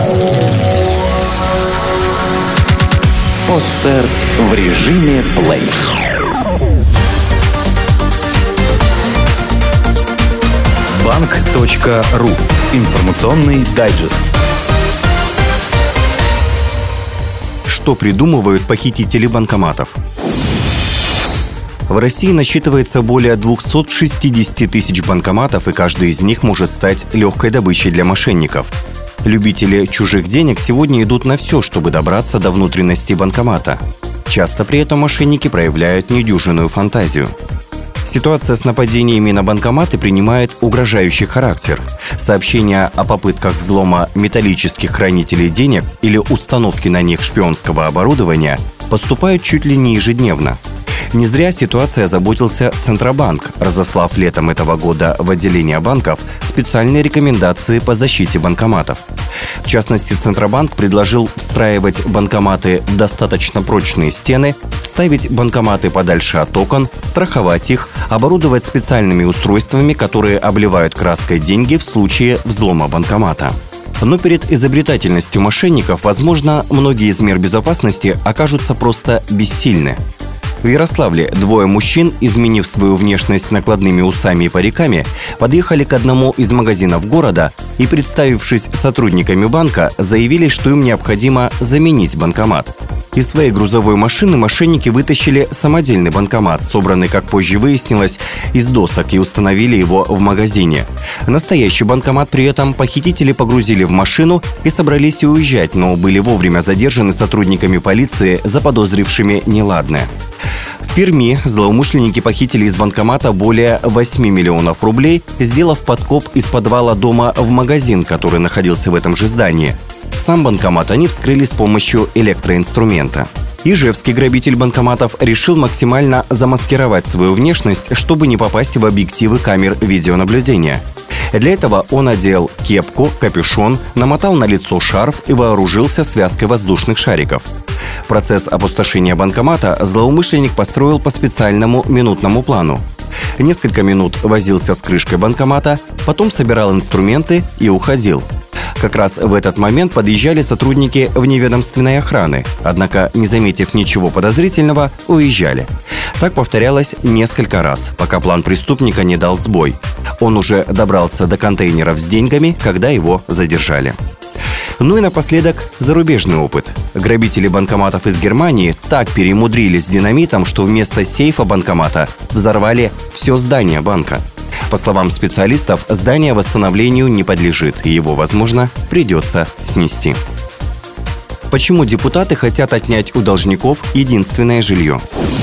Подстер в режиме плей. Банк.ру. Информационный дайджест. Что придумывают похитители банкоматов? В России насчитывается более 260 тысяч банкоматов, и каждый из них может стать легкой добычей для мошенников. Любители чужих денег сегодня идут на все, чтобы добраться до внутренности банкомата. Часто при этом мошенники проявляют недюжинную фантазию. Ситуация с нападениями на банкоматы принимает угрожающий характер. Сообщения о попытках взлома металлических хранителей денег или установки на них шпионского оборудования поступают чуть ли не ежедневно. Не зря ситуацией озаботился Центробанк, разослав летом этого года в отделение банков специальные рекомендации по защите банкоматов. В частности, Центробанк предложил встраивать банкоматы в достаточно прочные стены, ставить банкоматы подальше от окон, страховать их, оборудовать специальными устройствами, которые обливают краской деньги в случае взлома банкомата. Но перед изобретательностью мошенников, возможно, многие из мер безопасности окажутся просто бессильны. В Ярославле двое мужчин, изменив свою внешность накладными усами и париками, подъехали к одному из магазинов города и, представившись сотрудниками банка, заявили, что им необходимо заменить банкомат. Из своей грузовой машины мошенники вытащили самодельный банкомат, собранный, как позже выяснилось, из досок, и установили его в магазине. Настоящий банкомат при этом похитители погрузили в машину и собрались уезжать, но были вовремя задержаны сотрудниками полиции, заподозрившими неладное. В Перми злоумышленники похитили из банкомата более 8 миллионов рублей, сделав подкоп из подвала дома в магазин, который находился в этом же здании. Сам банкомат они вскрыли с помощью электроинструмента. Ижевский грабитель банкоматов решил максимально замаскировать свою внешность, чтобы не попасть в объективы камер видеонаблюдения. Для этого он одел кепку, капюшон, намотал на лицо шарф и вооружился связкой воздушных шариков. Процесс опустошения банкомата злоумышленник построил по специальному минутному плану. Несколько минут возился с крышкой банкомата, потом собирал инструменты и уходил. Как раз в этот момент подъезжали сотрудники вневедомственной охраны, однако, не заметив ничего подозрительного, уезжали. Так повторялось несколько раз, пока план преступника не дал сбой. Он уже добрался до контейнеров с деньгами, когда его задержали. Ну и напоследок зарубежный опыт. Грабители банкоматов из Германии так перемудрились с динамитом, что вместо сейфа банкомата взорвали все здание банка. По словам специалистов, здание восстановлению не подлежит, и его, возможно, придется снести. Почему депутаты хотят отнять у должников единственное жилье?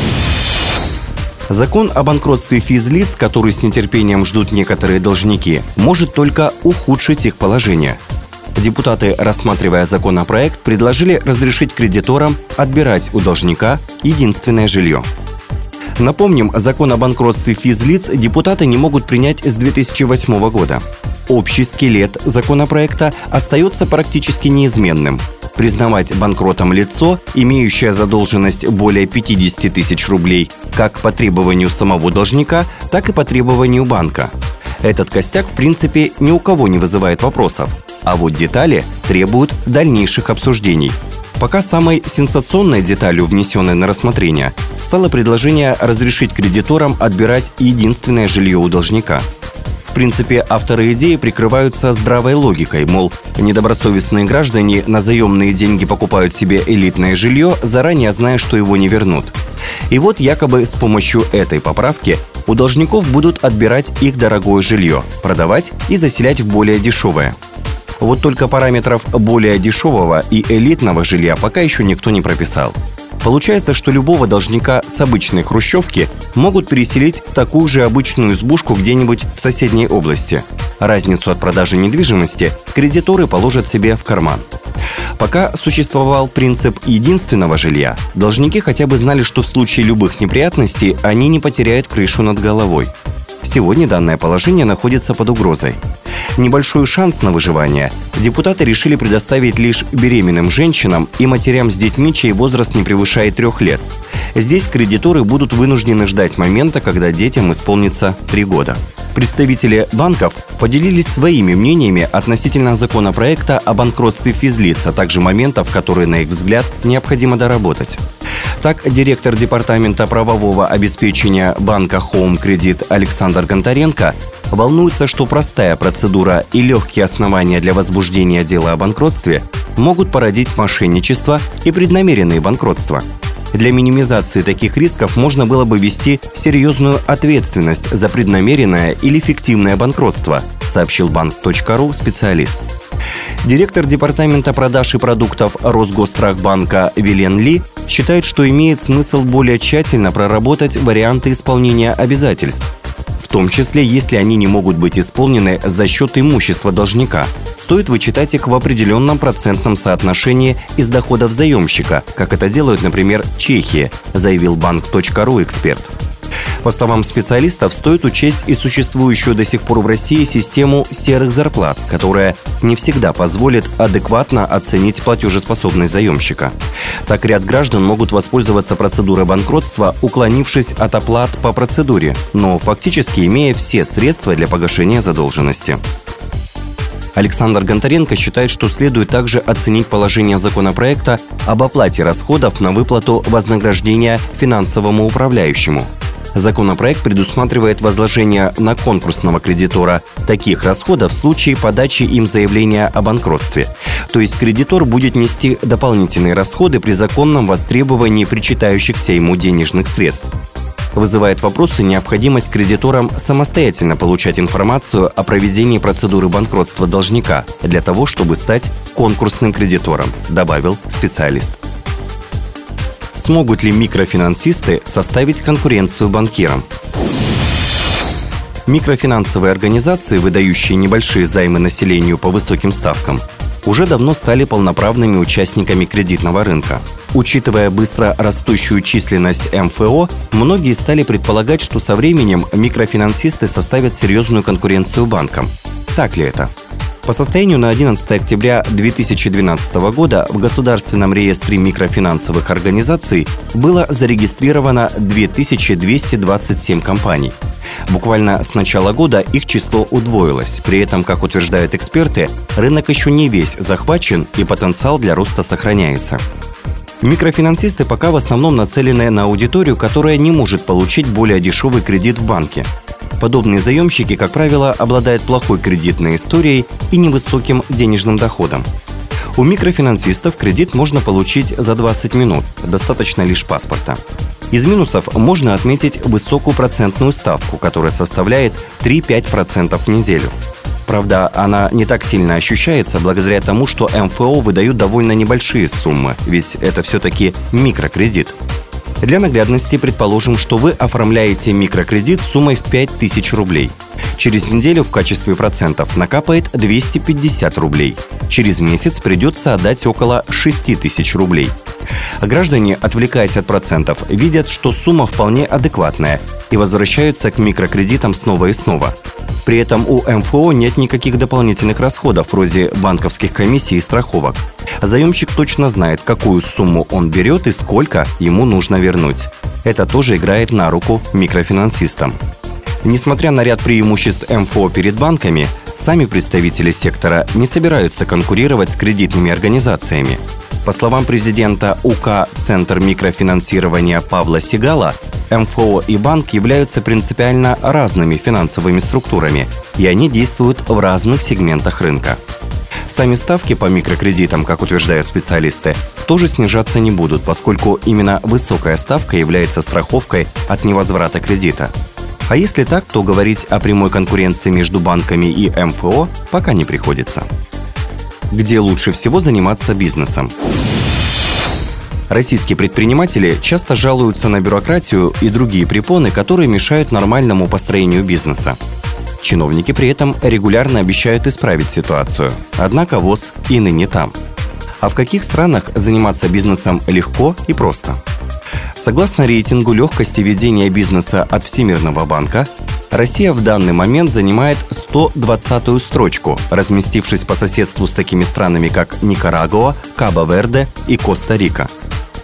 Закон о банкротстве физлиц, который с нетерпением ждут некоторые должники, может только ухудшить их положение. Депутаты, рассматривая законопроект, предложили разрешить кредиторам отбирать у должника единственное жилье. Напомним, закон о банкротстве физлиц депутаты не могут принять с 2008 года. Общий скелет законопроекта остается практически неизменным. Признавать банкротом лицо, имеющее задолженность более 50 тысяч рублей, как по требованию самого должника, так и по требованию банка. Этот костяк, в принципе, ни у кого не вызывает вопросов. А вот детали требуют дальнейших обсуждений. Пока самой сенсационной деталью, внесенной на рассмотрение, стало предложение разрешить кредиторам отбирать единственное жилье у должника. В принципе, авторы идеи прикрываются здравой логикой, мол, недобросовестные граждане на заемные деньги покупают себе элитное жилье, заранее зная, что его не вернут. И вот якобы с помощью этой поправки у должников будут отбирать их дорогое жилье, продавать и заселять в более дешевое. Вот только параметров более дешевого и элитного жилья пока еще никто не прописал. Получается, что любого должника с обычной хрущевки могут переселить в такую же обычную избушку где-нибудь в соседней области. Разницу от продажи недвижимости кредиторы положат себе в карман. Пока существовал принцип единственного жилья, должники хотя бы знали, что в случае любых неприятностей они не потеряют крышу над головой. Сегодня данное положение находится под угрозой. Небольшой шанс на выживание депутаты решили предоставить лишь беременным женщинам и матерям с детьми, чей возраст не превышает 3 лет. Здесь кредиторы будут вынуждены ждать момента, когда детям исполнится 3 года. Представители банков поделились своими мнениями относительно законопроекта о банкротстве физлиц, а также моментов, которые, на их взгляд, необходимо доработать. Так, директор департамента правового обеспечения банка Home Credit Александр Гонтаренко волнуется, что простая процедура и легкие основания для возбуждения дела о банкротстве могут породить мошенничество и преднамеренные банкротства. Для минимизации таких рисков можно было бы ввести серьезную ответственность за преднамеренное или фиктивное банкротство, сообщил Банк.ру специалист. Директор департамента продаж и продуктов Росгосстрахбанка Вилен Ли считает, что имеет смысл более тщательно проработать варианты исполнения обязательств, в том числе, если они не могут быть исполнены за счет имущества должника. Стоит вычитать их в определенном процентном соотношении из доходов заемщика, как это делают, например, Чехия, заявил Банк.ру эксперт. По словам специалистов, стоит учесть и существующую до сих пор в России систему серых зарплат, которая не всегда позволит адекватно оценить платежеспособность заемщика. Так, ряд граждан могут воспользоваться процедурой банкротства, уклонившись от оплат по процедуре, но фактически имея все средства для погашения задолженности. Александр Гонтаренко считает, что следует также оценить положение законопроекта об оплате расходов на выплату вознаграждения финансовому управляющему. Законопроект предусматривает возложение на конкурсного кредитора таких расходов в случае подачи им заявления о банкротстве. То есть кредитор будет нести дополнительные расходы при законном востребовании причитающихся ему денежных средств. Вызывает вопросы необходимость кредиторам самостоятельно получать информацию о проведении процедуры банкротства должника для того, чтобы стать конкурсным кредитором, добавил специалист. Смогут ли микрофинансисты составить конкуренцию банкирам? Микрофинансовые организации, выдающие небольшие займы населению по высоким ставкам, уже давно стали полноправными участниками кредитного рынка. Учитывая быстро растущую численность МФО, многие стали предполагать, что со временем микрофинансисты составят серьезную конкуренцию банкам. Так ли это? По состоянию на 11 октября 2012 года в Государственном реестре микрофинансовых организаций было зарегистрировано 2227 компаний. Буквально с начала года их число удвоилось. При этом, как утверждают эксперты, рынок еще не весь захвачен и потенциал для роста сохраняется. Микрофинансисты пока в основном нацелены на аудиторию, которая не может получить более дешевый кредит в банке. Подобные заемщики, как правило, обладают плохой кредитной историей и невысоким денежным доходом. У микрофинансистов кредит можно получить за 20 минут, достаточно лишь паспорта. Из минусов можно отметить высокую процентную ставку, которая составляет 3-5% в неделю. Правда, она не так сильно ощущается благодаря тому, что МФО выдают довольно небольшие суммы, ведь это все-таки микрокредит. Для наглядности предположим, что вы оформляете микрокредит суммой в 5000 рублей. Через неделю в качестве процентов накапает 250 рублей. Через месяц придется отдать около 6000 рублей. Граждане, отвлекаясь от процентов, видят, что сумма вполне адекватная и возвращаются к микрокредитам снова и снова. При этом у МФО нет никаких дополнительных расходов, вроде банковских комиссий и страховок. Заемщик точно знает, какую сумму он берет и сколько ему нужно вернуть. Это тоже играет на руку микрофинансистам. Несмотря на ряд преимуществ МФО перед банками, сами представители сектора не собираются конкурировать с кредитными организациями. По словам президента УК «Центр микрофинансирования» Павла Сигала, МФО и банк являются принципиально разными финансовыми структурами, и они действуют в разных сегментах рынка. Сами ставки по микрокредитам, как утверждают специалисты, тоже снижаться не будут, поскольку именно высокая ставка является страховкой от невозврата кредита. А если так, то говорить о прямой конкуренции между банками и МФО пока не приходится. Где лучше всего заниматься бизнесом? Российские предприниматели часто жалуются на бюрократию и другие препоны, которые мешают нормальному построению бизнеса. Чиновники при этом регулярно обещают исправить ситуацию. Однако ВОЗ и ныне там. А в каких странах заниматься бизнесом легко и просто? Согласно рейтингу легкости ведения бизнеса от Всемирного банка, Россия в данный момент занимает 120-ю строчку, разместившись по соседству с такими странами, как Никарагуа, Кабо-Верде и Коста-Рика.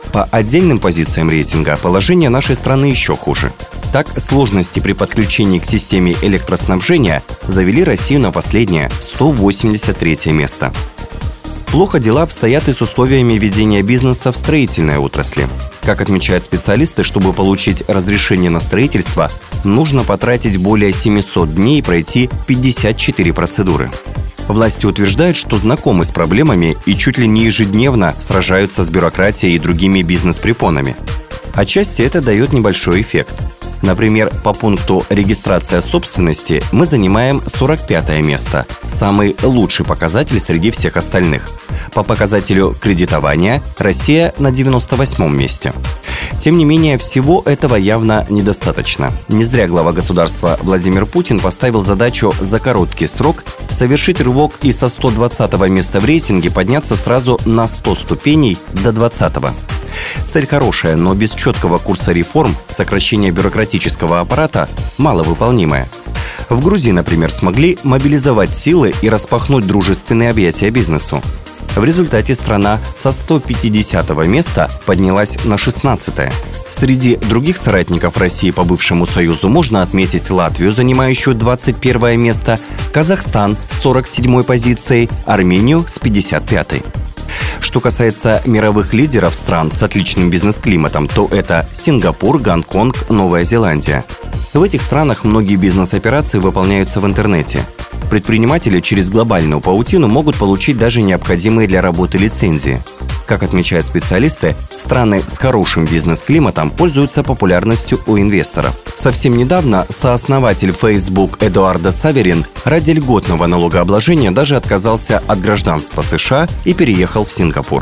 По отдельным позициям рейтинга положение нашей страны еще хуже. Так, сложности при подключении к системе электроснабжения завели Россию на последнее, 183 место. Плохо дела обстоят и с условиями ведения бизнеса в строительной отрасли. Как отмечают специалисты, чтобы получить разрешение на строительство, нужно потратить более 700 дней и пройти 54 процедуры. Власти утверждают, что знакомы с проблемами и чуть ли не ежедневно сражаются с бюрократией и другими бизнес-препонами. Отчасти это дает небольшой эффект. Например, по пункту «Регистрация собственности» мы занимаем 45 место, самый лучший показатель среди всех остальных. По показателю кредитования Россия на 98 месте. Тем не менее, всего этого явно недостаточно. Не зря глава государства Владимир Путин поставил задачу за короткий срок совершить рывок и со 120 места в рейтинге подняться сразу на 100 ступеней до 20-го. Цель хорошая, но без четкого курса реформ, сокращения бюрократического аппарата маловыполнимая. В Грузии, например, смогли мобилизовать силы и распахнуть дружественные объятия бизнесу. В результате страна со 150-го места поднялась на 16-е. Среди других соратников России по бывшему Союзу можно отметить Латвию, занимающую 21 место, Казахстан с 47-й позицией, Армению с 55-й. Что касается мировых лидеров стран с отличным бизнес-климатом, то это Сингапур, Гонконг, Новая Зеландия. В этих странах многие бизнес-операции выполняются в интернете. Предприниматели через глобальную паутину могут получить даже необходимые для работы лицензии. Как отмечают специалисты, страны с хорошим бизнес-климатом пользуются популярностью у инвесторов. Совсем недавно сооснователь Facebook Эдуардо Саверин ради льготного налогообложения даже отказался от гражданства США и переехал в Сингапур.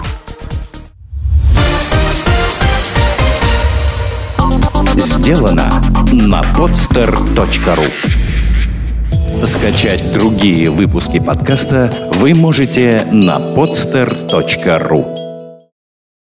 Сделано на podster.ru. Скачать другие выпуски подкаста вы можете на podster.ru.